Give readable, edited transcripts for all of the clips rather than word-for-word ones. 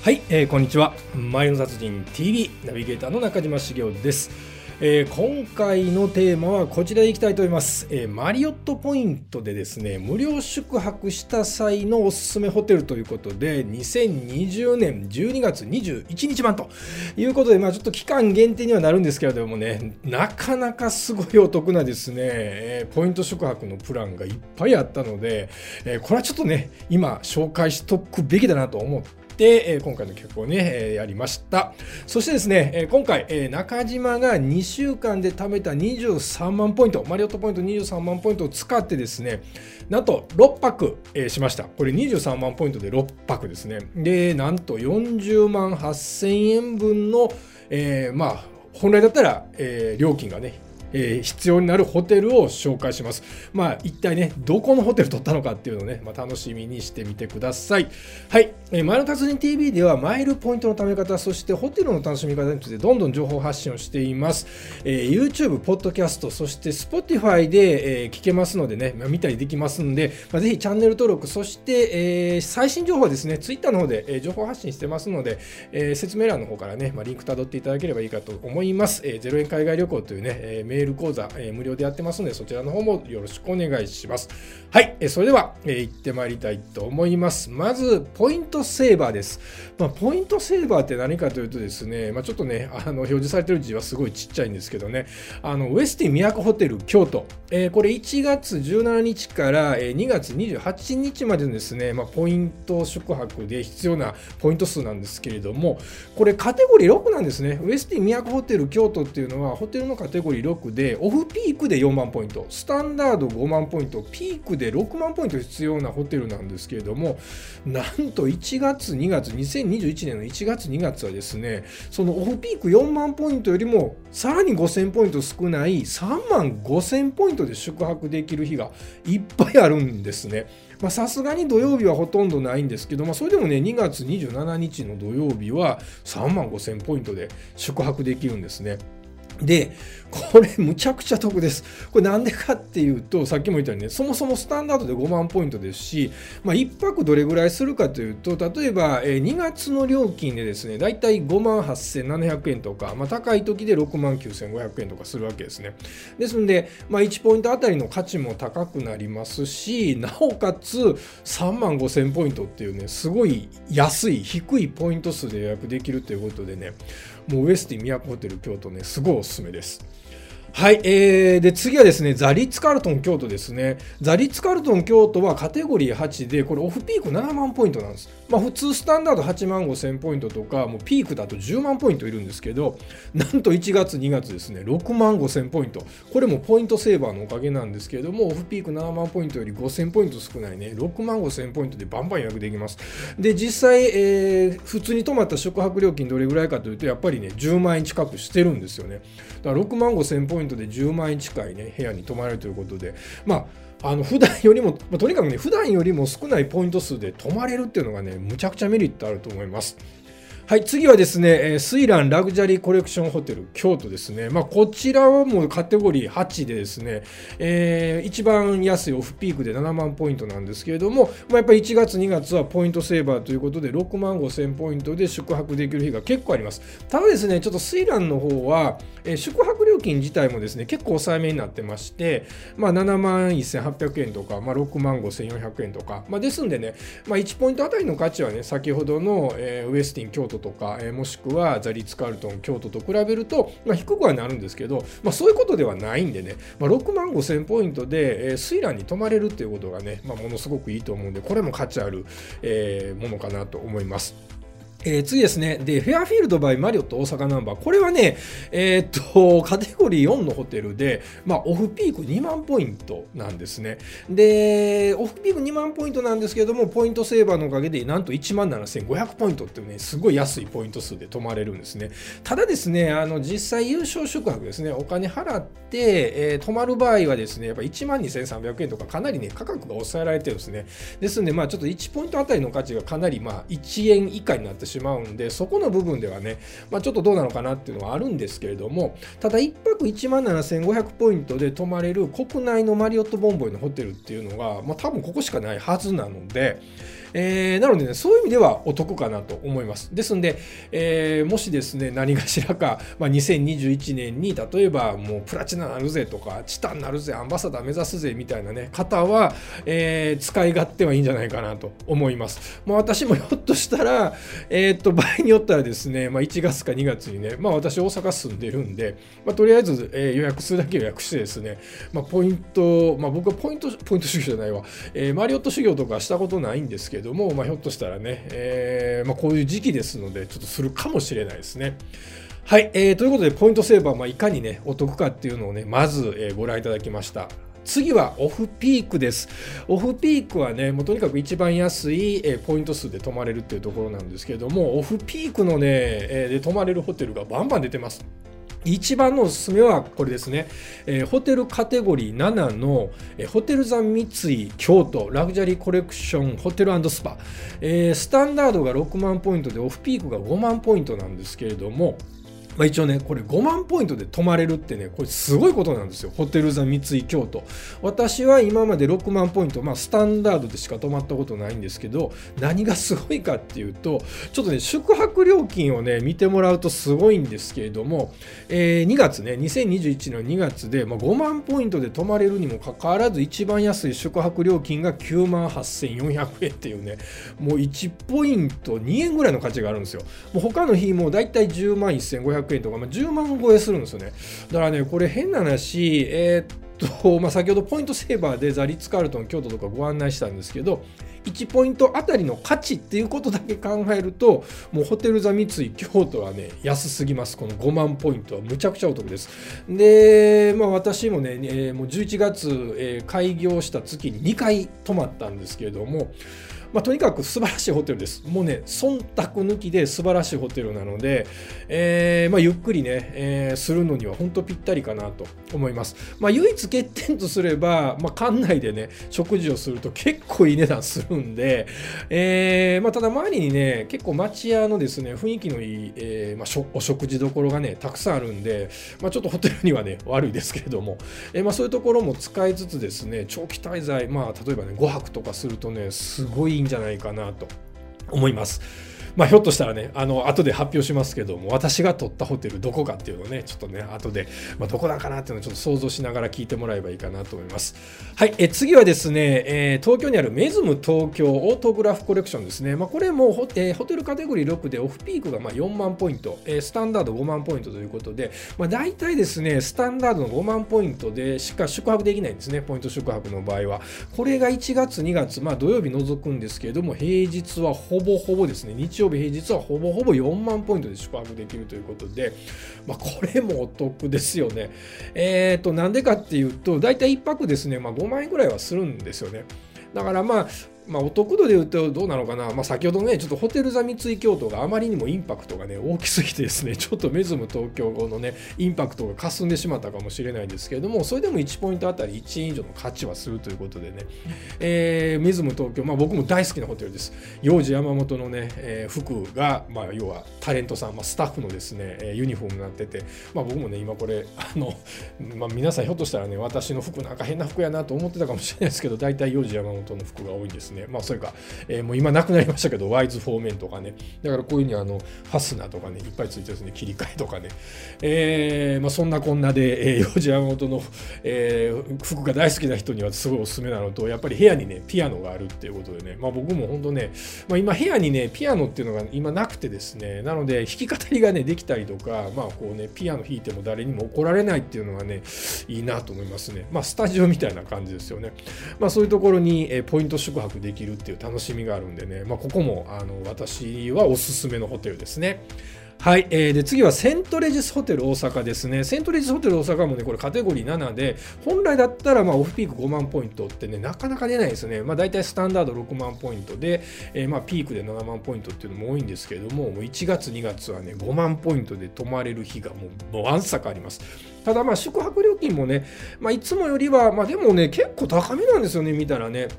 はい、こんにちは。マリオ達人 TV ナビゲーターの中島茂雄です。今回のテーマはこちらでいきたいと思います。マリオットポイントでですね、無料宿泊した際のおすすめホテルということで、2020年12月21日版ということで、ちょっと期間限定にはなるんですけれどもね、なかなかすごいお得なですね、ポイント宿泊のプランがいっぱいあったので、これはちょっとね、今紹介しとくべきだなと思って、今回の企画をね、やりました。そしてですね、今回、中島が2週間で貯めた23万ポイント、マリオットポイント23万ポイントを使ってですね、なんと6泊、しました。これ23万ポイントで6泊ですね。で、なんと40万8000円分の、本来だったら、料金がね、必要になるホテルを紹介します。一体ね、どこのホテル取ったのかっていうのをね、楽しみにしてみてください。はい。マイル達人 TV ではマイルポイントの貯め方、そしてホテルの楽しみ方についてどんどん情報発信をしています。YouTube、ポッドキャスト、そして Spotify で、聞けますのでね、見たりできますので、ぜひチャンネル登録、そして、最新情報はですね、Twitter の方で、情報発信してますので、説明欄の方からね、リンク辿っていただければいいかと思います。0円海外旅行というね、メール講座、無料でやってますので、そちらの方もよろしくお願いします。はい、それでは、行ってまいりたいと思います。まず、ポイントセーバーです。ポイントセーバーって何かというとですね、ちょっとね、表示されてる字はすごいちっちゃいんですけどね、ウェスティン都ホテル京都、これ1月17日から2月28日までのですね、ポイント宿泊で必要なポイント数なんですけれども、これカテゴリー6なんですね。ウェスティン都ホテル京都っていうのは、ホテルのカテゴリー6で、オフピークで4万ポイント、スタンダード5万ポイント、ピークで6万ポイント必要なホテルなんですけれども、なんと1月2月、2021年の1月2月はですね、そのオフピーク4万ポイントよりもさらに5000ポイント少ない3万5000ポイントで宿泊できる日がいっぱいあるんですね。さすがに土曜日はほとんどないんですけど、それでもね、2月27日の土曜日は3万5000ポイントで宿泊できるんですね。で、これむちゃくちゃ得です。これなんでかっていうと、さっきも言ったようにね、そもそもスタンダードで5万ポイントですし、1泊どれぐらいするかというと、例えば2月の料金でですね、だいたい5万8700円とか、高い時で6万9500円とかするわけですね。ですので、1ポイントあたりの価値も高くなりますし、なおかつ3万5000ポイントっていうね、すごい安い、低いポイント数で予約できるということでね、もうウェスティン都ホテル京都ね、すごいおすすめです。はい、で次はですね、ザリッツカールトン京都ですね。ザリッツカールトン京都はカテゴリー8で、これオフピーク7万ポイントなんです。普通スタンダード8万5000ポイントとか、もうピークだと10万ポイントいるんですけど、なんと1月2月ですね、6万5000ポイント。これもポイントセーバーのおかげなんですけれども、オフピーク7万ポイントより5000ポイント少ないね、6万5000ポイントでバンバン予約できます。で、実際、普通に泊まった宿泊料金どれぐらいかというと、やっぱりね、10万円近くしてるんですよね。だから6万5000ポイントで10万円近いね、部屋に泊まれるということで、普段よりも、とにかくね、普段よりも少ないポイント数で泊まれるっていうのがね、むちゃくちゃメリットあると思います。はい、次はですね、スイランラグジュアリーコレクションホテル京都ですね。こちらはもうカテゴリー8でですね、一番安いオフピークで7万ポイントなんですけれども、やっぱり1月2月はポイントセーバーということで6万5000ポイントで宿泊できる日が結構あります。ただですね、ちょっとスイランの方は、宿泊料金自体もですね、結構抑えめになってまして、7万1800円とか、6万5400円とか、ですんでね、1ポイントあたりの価値はね、先ほどの、ウェスティン京都とか、もしくはザリッツカールトン京都と比べると、低くはなるんですけど、そういうことではないんでね、6万5000ポイントで、スイランに泊まれるっていうことがね、ものすごくいいと思うんで、これも価値ある、ものかなと思います。次ですね。で、フェアフィールドバイマリオット大阪ナンバー。これはね、カテゴリー4のホテルで、オフピーク2万ポイントなんですね。で、オフピーク2万ポイントなんですけれども、ポイントセーバーのおかげで、なんと1万7500ポイントっていうね、すごい安いポイント数で泊まれるんですね。ただですね、実際優勝宿泊ですね、お金払って、泊まる場合はですね、やっぱ1万2300円とかかなりね、価格が抑えられてるんですね。ですので、ちょっと1ポイントあたりの価値がかなり、1円以下になってしまうんで、そこの部分ではね、ちょっとどうなのかなっていうのはあるんですけれども、ただ1泊1万7500ポイントで泊まれる国内のマリオットボンボイのホテルっていうのが、多分ここしかないはずなので、 なのでね、そういう意味ではお得かなと思います。ですんで、もしですね、何かしらか、2021年に例えばもうプラチナなるぜとか、チタンになるぜ、アンバサダー目指すぜみたいなね、方は、使い勝手はいいんじゃないかなと思います。私もひょっとしたら、場合によったらですね、1月か2月にね、私大阪住んでるんで、とりあえず、予約するだけ予約してですね、ポイント、僕はポイント修行じゃないわ、マリオット修行とかしたことないんですけども、ひょっとしたらね、こういう時期ですので、ちょっとするかもしれないですね。はい、ということで、ポイントセーバー、いかにね、お得かっていうのをね、まず、ご覧いただきました。次はオフピークです。オフピークはね、もうとにかく一番安いポイント数で泊まれるっていうところなんですけれども、オフピークのね、で泊まれるホテルがバンバン出てます。一番のおすすめはこれですね、ホテルカテゴリー7のホテルザ三井京都ラグジュアリーコレクションホテル&スパ、スタンダードが6万ポイントでオフピークが5万ポイントなんですけれども、一応ね、これ5万ポイントで泊まれるってね、これすごいことなんですよ。ホテルザ三井京都。私は今まで6万ポイント、スタンダードでしか泊まったことないんですけど、何がすごいかっていうと、ちょっとね、宿泊料金をね、見てもらうとすごいんですけれども、2月ね、2021年の2月で、5万ポイントで泊まれるにもかかわらず、一番安い宿泊料金が98,400円っていうね、もう1ポイント2円ぐらいの価値があるんですよ。もう他の日もだいたい10万1500円とか、10万超えするんですよね。だからね、これ変な話、先ほどポイントセーバーでザリッツカールトン京都とかご案内したんですけど、1ポイントあたりの価値っていうことだけ考えると、もうホテルザ三井京都はね、安すぎます。この5万ポイントはむちゃくちゃお得です。で、私もね、もう11月、開業した月に2回泊まったんですけれども、とにかく素晴らしいホテルです。もうね、忖度抜きで素晴らしいホテルなので、ゆっくりね、するのには本当ぴったりかなと思います。唯一欠点とすれば、館内でね、食事をすると結構いい値段するんで、ただ周りにね、結構町屋のですね、雰囲気のいい、お食事どころがね、たくさんあるんで、ちょっとホテルにはね、悪いですけれども、そういうところも使いつつですね、長期滞在、例えばね、5泊とかするとね、すごいいいんじゃないかなと思います。ひょっとしたらね、後で発表しますけども、私が取ったホテルどこかっていうのをね、ちょっとね、後で、どこだかなっていうのをちょっと想像しながら聞いてもらえばいいかなと思います。はい、次はですね、東京にあるメズム東京オートグラフコレクションですね。これもホテルカテゴリー6でオフピークが4万ポイント、スタンダード5万ポイントということで、大体ですね、スタンダードの5万ポイントでしか宿泊できないんですね、ポイント宿泊の場合は。これが1月、2月、土曜日除くんですけれども、平日はほぼほぼですね、日曜日平日はほぼほぼ4万ポイントで宿泊できるということで、これもお得ですよね。なんでかっていうと、だいたい1泊ですね、5万円ぐらいはするんですよね。だからお得度で言うとどうなのかな、先ほどね、ちょっとホテルザ三井京都があまりにもインパクトがね、大きすぎてですね、ちょっとメズム東京のね、インパクトが霞んでしまったかもしれないですけれども、それでも1ポイントあたり1円以上の価値はするということでね、メズム東京、僕も大好きなホテルです。幼児山本のね、服が、要はタレントさん、スタッフのですね、ユニフォームになってて、僕もね、今これ、皆さんひょっとしたらね、私の服なんか変な服やなと思ってたかもしれないですけど、大体幼児山本の服が多いんですね。それか、もう今なくなりましたけど、ワイズフォーメンとかね、だからこういうふうにファスナーとかね、いっぱいついてですね、切り替えとかね、そんなこんなで、幼児山本の、服が大好きな人にはすごいおすすめなのと、やっぱり部屋にね、ピアノがあるっていうことでね、僕も本当ね、今部屋にね、ピアノっていうのが今なくてですね、なので弾き語りがね、できたりとか、こうね、ピアノ弾いても誰にも怒られないっていうのがね、いいなと思いますね。スタジオみたいな感じですよね。そういうところに、ポイント宿泊できるっていう楽しみがあるんでね、ここも私はおすすめのホテルですね。はい、で次はセントレジスホテル大阪ですね。セントレジスホテル大阪もね、これカテゴリー7で、本来だったらオフピーク5万ポイントってね、なかなか出ないですね。だいたいスタンダード6万ポイントで、ピークで7万ポイントっていうのも多いんですけれども、もう1月2月はね、5万ポイントで泊まれる日がもうわんさかあります。ただ宿泊料金もね、いつもよりは、でもね、結構高めなんですよね、見たらね。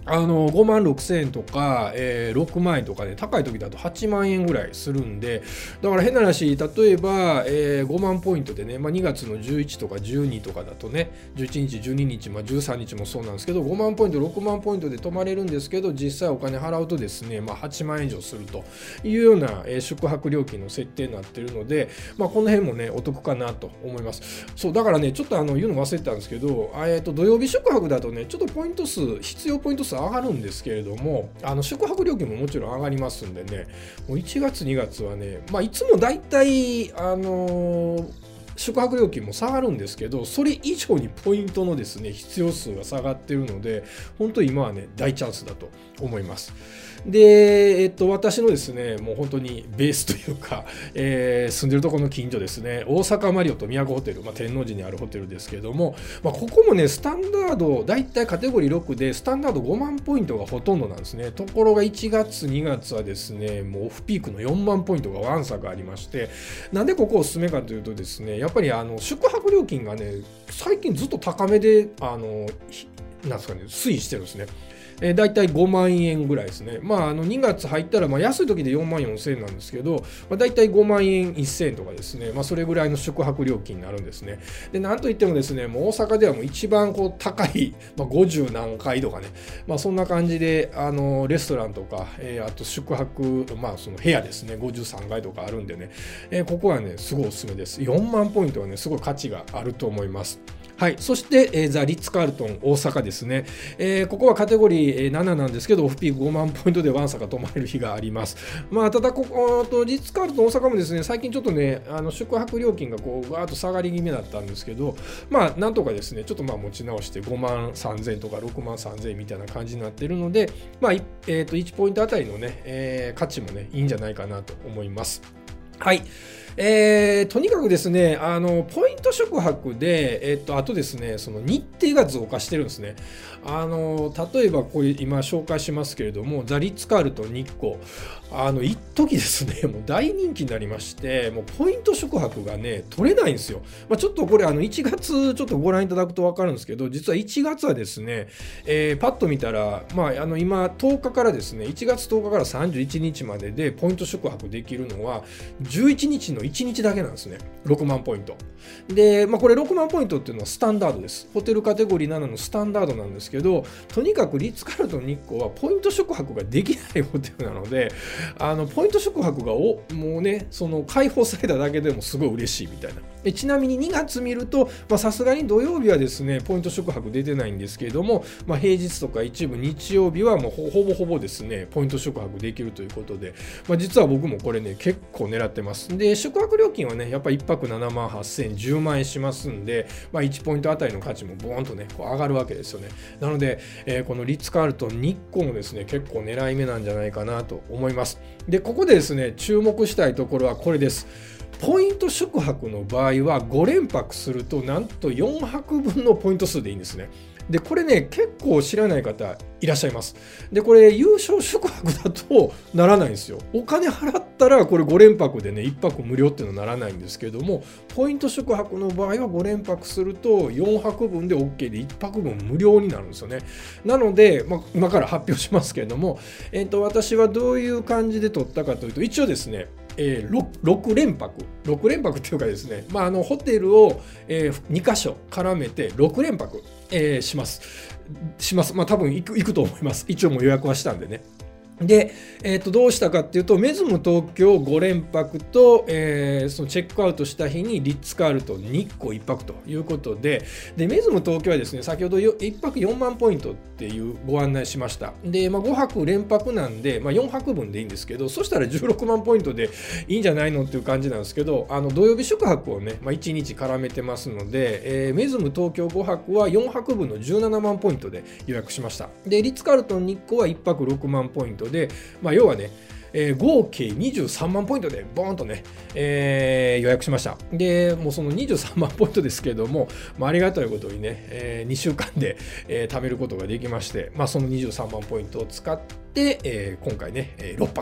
5万6千円とか、6万円とかで、高い時だと8万円ぐらいするんで、だから変な話、例えば、5万ポイントでね、2月の11とか12とかだとね、11日、12日、13日もそうなんですけど、5万ポイント、6万ポイントで泊まれるんですけど、実際お金払うとですね、8万円以上するというような、宿泊料金の設定になっているので、この辺もね、お得かなと思います。そう、だからね、ちょっと言うの忘れてたんですけど、土曜日宿泊だとね、ちょっとポイント数、必要ポイント数上がるんですけれども、宿泊料金ももちろん上がりますんでね、もう1月2月はね、いつもだいたい宿泊料金も下がるんですけど、それ以上にポイントのですね、必要数が下がっているので、本当に今はね、大チャンスだと思います。で、私のですね、もう本当にベースというか、住んでるところの近所ですね、大阪マリオット都ホテル、天王寺にあるホテルですけれども、ここもね、スタンダード、だいたいカテゴリー6で、スタンダード5万ポイントがほとんどなんですね。ところが1月、2月はですね、もうオフピークの4万ポイントがわんさかありまして、なんでここおすすめかというとですね、やっぱり宿泊料金がね、最近ずっと高めで、なんですかね、推移してるんですね。だいたい5万円ぐらいですね。2月入ったら、安い時で4万4千円なんですけど、だいたい5万円1千円とかですね、それぐらいの宿泊料金になるんですね。で、なんといってもですね、もう大阪ではもう一番こう高い、50何階とかね、そんな感じで、レストランとか、あと宿泊、その部屋ですね、53階とかあるんでね、ここはね、すごいおすすめです。4万ポイントはね、すごい価値があると思います。はい。そして、ザ・リッツ・カールトン大阪ですね。ここはカテゴリー7なんですけど、オフピーク5万ポイントでワンサが泊まれる日があります。ただ、こことリッツ・カールトン大阪もですね、最近ちょっとね、宿泊料金がこう、わーっと下がり気味だったんですけど、なんとかですね、ちょっと持ち直して5万3000円とか6万3000円みたいな感じになっているので、1ポイントあたりのね、価値もね、いいんじゃないかなと思います。はい。とにかくですね、ポイント宿泊で、あとですね、その日程が増加してるんですね。例えばこれ今紹介しますけれども、ザ・リッツ・カールトン日光、一時ですね、もう大人気になりまして、もうポイント宿泊がね、取れないんですよ。ちょっとこれ1月ちょっとご覧いただくと分かるんですけど、実は1月はですね、パッと見たら、今10日からですね、1月10日から31日まででポイント宿泊できるのは、11日の1日だけなんですね。6万ポイント。で、これ6万ポイントっていうのはスタンダードです。ホテルカテゴリー7のスタンダードなんですけど、とにかくリッツ・カールトン日光はポイント宿泊ができないホテルなので、ポイント宿泊がもうね、その開放されただけでもすごい嬉しいみたいな。ちなみに2月見ると、さすがに土曜日はですね、ポイント宿泊出てないんですけれども、平日とか一部日曜日はもうほぼほぼですね、ポイント宿泊できるということで、実は僕もこれね、結構狙ってます。で、宿泊料金はね、やっぱり1泊7万8000円、10万円しますんで、1ポイントあたりの価値もボーンとね、こう上がるわけですよね。なので、このリッツ・カールトン日光もですね、結構狙い目なんじゃないかなと思います。で、ここでですね、注目したいところはこれです。ポイント宿泊の場合は5連泊するとなんと4泊分のポイント数でいいんですね。で、これね、結構知らない方いらっしゃいます。で、これ優勝宿泊だとならないんですよ。お金払ったらこれ5連泊でね、1泊無料っていうのはならないんですけども、ポイント宿泊の場合は5連泊すると4泊分で OK で1泊分無料になるんですよね。なので、今から発表しますけれども、私はどういう感じで取ったかというと、一応ですね、6連泊っていうかですね、ホテルを、2カ所絡めて6連泊、します。多分行くと思います。一応もう予約はしたんでね。で、どうしたかっていうと、メズム東京5連泊と、そのチェックアウトした日にリッツ・カールトン日光1泊ということで、メズム東京はですね、先ほど1泊4万ポイントっていうご案内しました。で、5泊連泊なんで、4泊分でいいんですけど、そしたら16万ポイントでいいんじゃないのっていう感じなんですけど、土曜日宿泊をね、1日絡めてますので、メズム東京5泊は4泊分の17万ポイントで予約しました。で、リッツ・カールトン日光は1泊6万ポイントで、要はね、合計23万ポイントでボーンとね、予約しました。で、もうその23万ポイントですけれども、ありがたいことにね、2週間で、貯めることができまして、その23万ポイントを使って、今回ね、6泊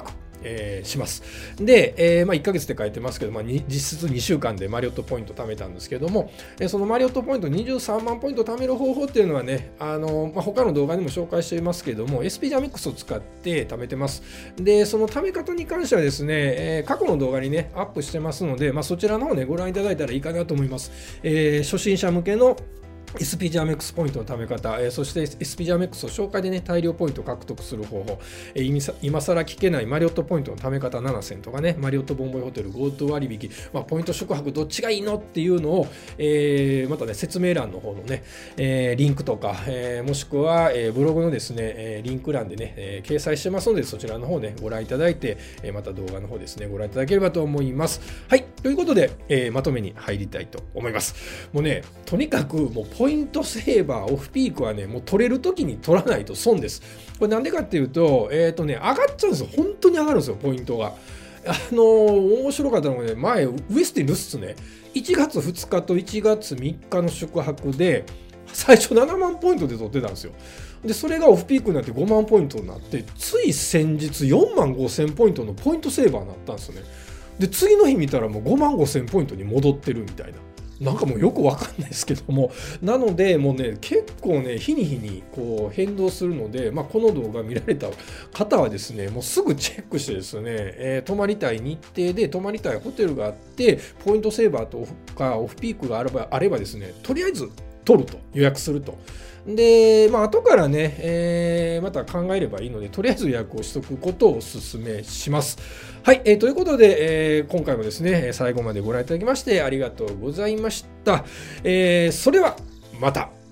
します。で、1ヶ月って書いてますけど、実質2週間でマリオットポイント貯めたんですけども、そのマリオットポイント23万ポイント貯める方法っていうのはね、他の動画でも紹介していますけども、SP ジャミックスを使って貯めてます。で、その貯め方に関してはですね、過去の動画にね、アップしてますので、そちらの方ね、ご覧いただいたらいいかなと思います。初心者向けのSP ジャーメックスポイントの貯め方、そして SP ジャーメックスを紹介でね、大量ポイントを獲得する方法、今更聞けないマリオットポイントの貯め方7選とかね、マリオットボンボイホテル GoTo 割引、ポイント宿泊どっちがいいのっていうのを、またね、説明欄の方のね、リンクとか、もしくは、ブログのですね、リンク欄でね、掲載してますので、そちらの方ね、ご覧いただいて、また動画の方ですね、ご覧いただければと思います。はい、ということで、まとめに入りたいと思います。もうね、とにかくもうポイントセーバー、オフピークはね、もう取れるときに取らないと損です。これなんでかっていうと、上がっちゃうんですよ。本当に上がるんですよ、ポイントが。面白かったのがね、前、ウエスティン・ルッツね、1月2日と1月3日の宿泊で、最初7万ポイントで取ってたんですよ。で、それがオフピークになって5万ポイントになって、つい先日4万5000ポイントのポイントセーバーになったんですよね。で、次の日見たらもう5万5000ポイントに戻ってるみたいな。なんかもうよくわかんないですけども、なのでもうね、結構ね、日に日にこう変動するので、この動画見られた方はですね、もうすぐチェックしてですね、泊まりたい日程で泊まりたいホテルがあって、ポイントセーバーとかオフピークがあればですね、とりあえず取ると、予約すると。で、後からね、また考えればいいので、とりあえず予約をしとくことをお勧めします。はい、ということで、今回もですね、最後までご覧いただきましてありがとうございました。それではまた。